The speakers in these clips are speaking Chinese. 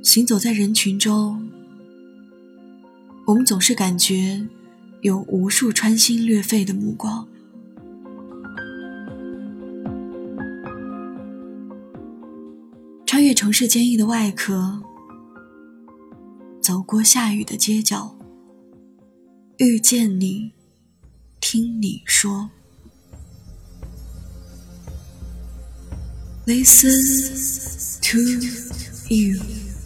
行走在人群中，我们总是感觉有无数穿心裂肺的目光。穿越城市坚硬的外壳，走过下雨的街角，遇见你，听你说。Listen to you。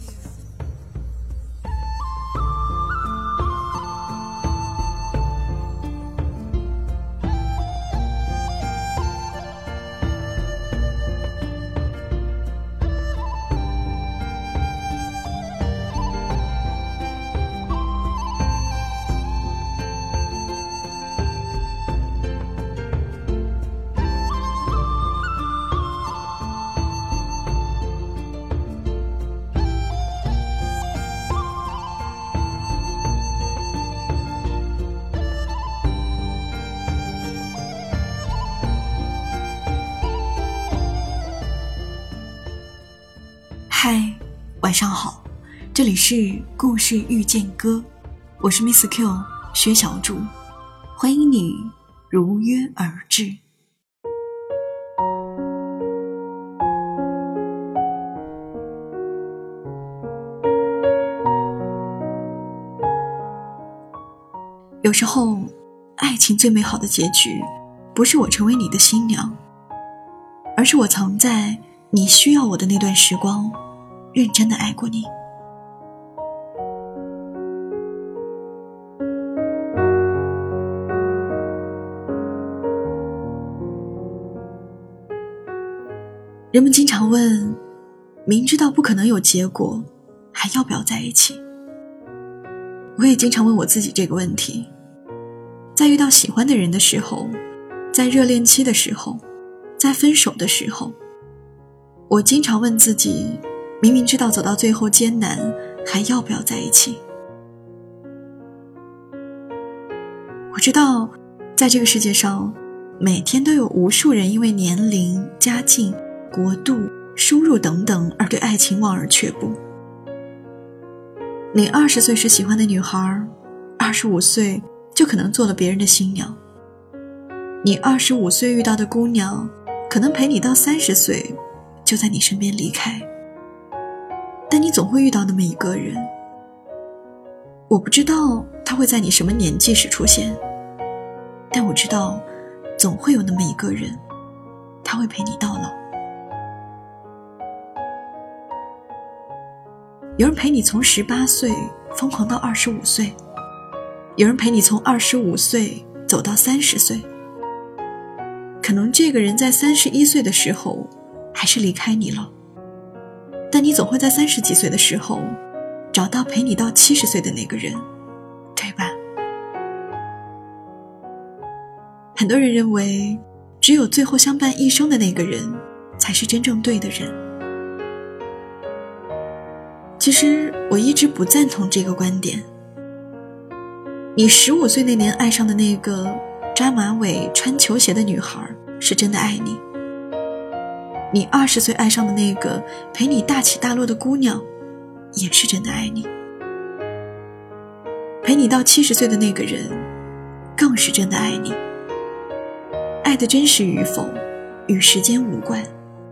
嗨，晚上好，这里是故事遇见歌，我是 Miss Q 薛小竹，欢迎你如约而至。有时候，爱情最美好的结局，不是我成为你的新娘，而是我藏在你需要我的那段时光，认真的爱过你。人们经常问，明知道不可能有结果，还要不要在一起？我也经常问我自己这个问题，在遇到喜欢的人的时候，在热恋期的时候，在分手的时候，我经常问自己，明明知道走到最后艰难，还要不要在一起？我知道，在这个世界上，每天都有无数人因为年龄、家境、国度、收入等等而对爱情望而却步。你20岁时喜欢的女孩，25岁就可能做了别人的新娘。你25岁遇到的姑娘，可能陪你到30岁就在你身边离开。但你总会遇到那么一个人，我不知道他会在你什么年纪时出现，但我知道总会有那么一个人，他会陪你到老。有人陪你从18岁疯狂到25岁，有人陪你从25岁走到30岁。可能这个人在31岁的时候还是离开你了，但你总会在30几岁的时候找到陪你到70岁的那个人，对吧？很多人认为，只有最后相伴一生的那个人才是真正对的人。其实我一直不赞同这个观点。你15岁那年爱上的那个扎马尾穿球鞋的女孩是真的爱你，你20岁爱上的那个陪你大起大落的姑娘也是真的爱你，陪你到70岁的那个人更是真的爱你。爱的真实与否与时间无关。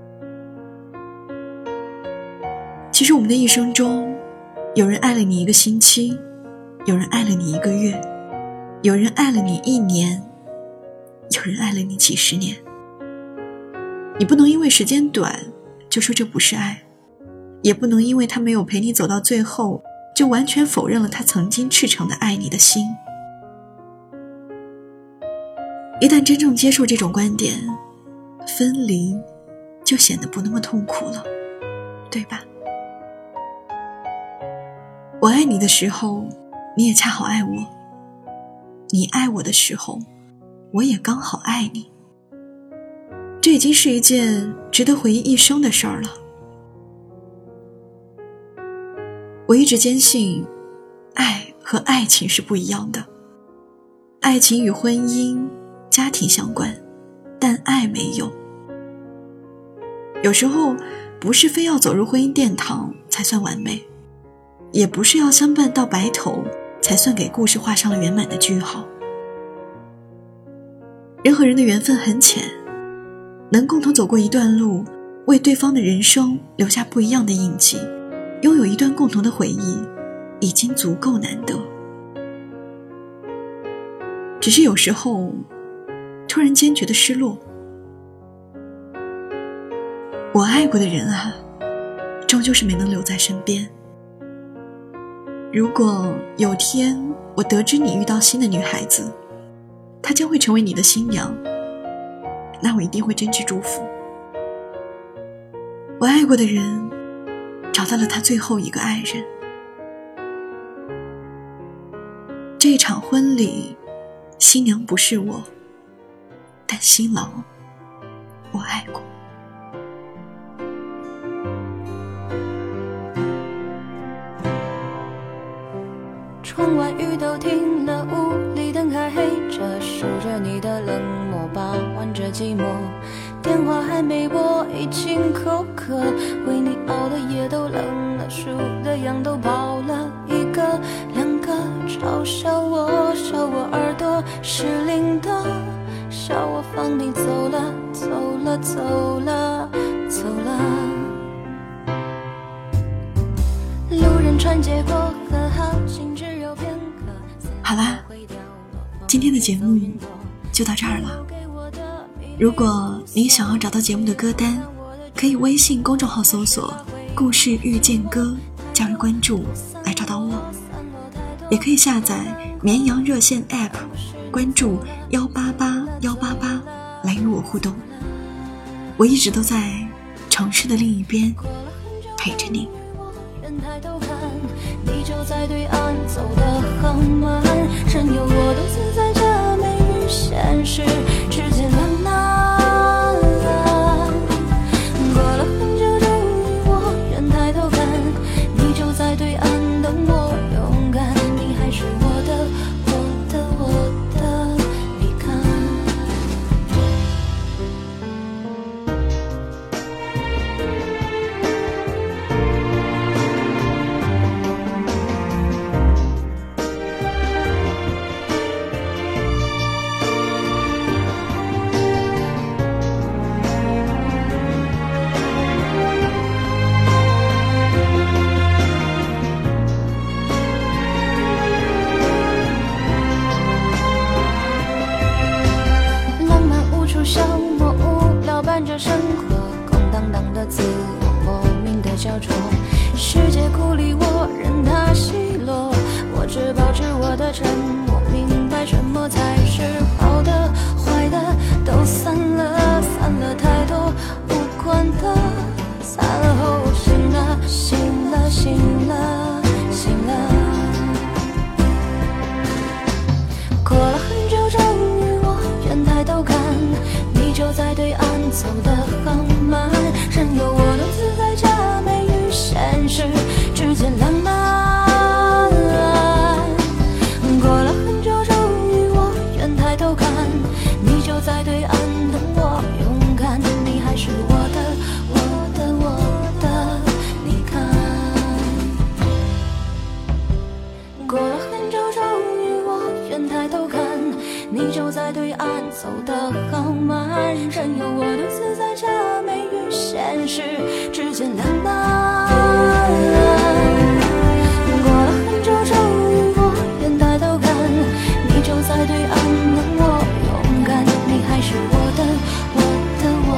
其实我们的一生中，有人爱了你1个星期，有人爱了你1个月，有人爱了你1年，有人爱了你几十年。你不能因为时间短就说这不是爱，也不能因为他没有陪你走到最后就完全否认了他曾经赤诚的爱你的心。一旦真正接受这种观点，分离就显得不那么痛苦了，对吧？我爱你的时候，你也恰好爱我；你爱我的时候，我也刚好爱你。这已经是一件值得回忆一生的事儿了。我一直坚信，爱和爱情是不一样的。爱情与婚姻、家庭相关，但爱没有。有时候不是非要走入婚姻殿堂才算完美， 也不是要相伴到白头才算给故事画上了圆满的句号。人和人的缘分很浅，能共同走过一段路，为对方的人生留下不一样的印记，拥有一段共同的回忆，已经足够难得。只是有时候突然间觉得失落，我爱过的人啊，终究是没能留在身边。如果有天我得知你遇到新的女孩子，她将会成为你的新娘，那我一定会真挚祝福。我爱过的人找到了他最后一个爱人。这场婚礼，新娘不是我，但新郎我爱过。 窗外雨都停了，屋里灯还黑着，数着你的冷漠，把玩着寂寞。电话还没拨，已经口渴，为你熬的夜都冷了，数的羊都跑了，一个两个，嘲笑我，笑我耳朵失灵的，笑我放你走了，走了，走了，走了。路人穿街过河，好心只有片刻。 好啦，今天的节目就到这儿了。如果你想要找到节目的歌单，可以微信公众号搜索故事遇见歌，加入关注来找到我，也可以下载绵羊热线 app， 关注188188来与我互动。我一直都在城市的另一边陪着你。 抬头看，你就在对岸，走得很慢，任由我独自在这美与现实之间两难。过了很久，终于我愿抬头看，你就在对岸等我勇敢，你还是我的，我的，我的离开。消磨无聊伴着生活，空荡荡的自我莫名的焦灼，世界孤立我，任它奚落，我只保持我的沉默，明白什么才是好的，坏的都散了，散了太多无关的，散了后我醒了，醒了，醒了，醒了。过了很久，终于我愿抬头看，你就在对岸，走得很慢，任由我独自在这美与现实之间两难。过了很久，终于我愿抬头看，你就在对岸等我勇敢，你还是我的，我的，我的离开。过了很久，终于我愿抬头看，你就在对岸，走得很慢，任由我独自在这美与现实之间两难。过了很久，终于我愿抬头看，你就在对岸等我勇敢，你还是我的，我的，我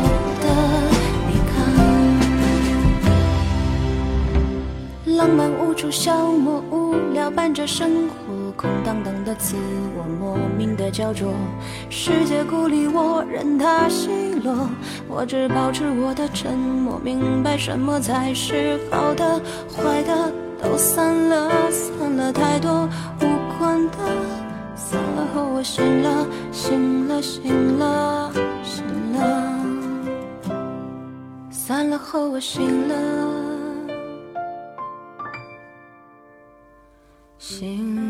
的离开。浪漫无处消磨，无聊伴着生活，空荡荡的自我莫名的焦灼，世界孤立我，任它奚落，我只保持我的沉默，明白什么才是好的，坏的都散了，散了太多无关的，散了后我醒了，醒了，醒了，醒了，散了后我醒了，醒了。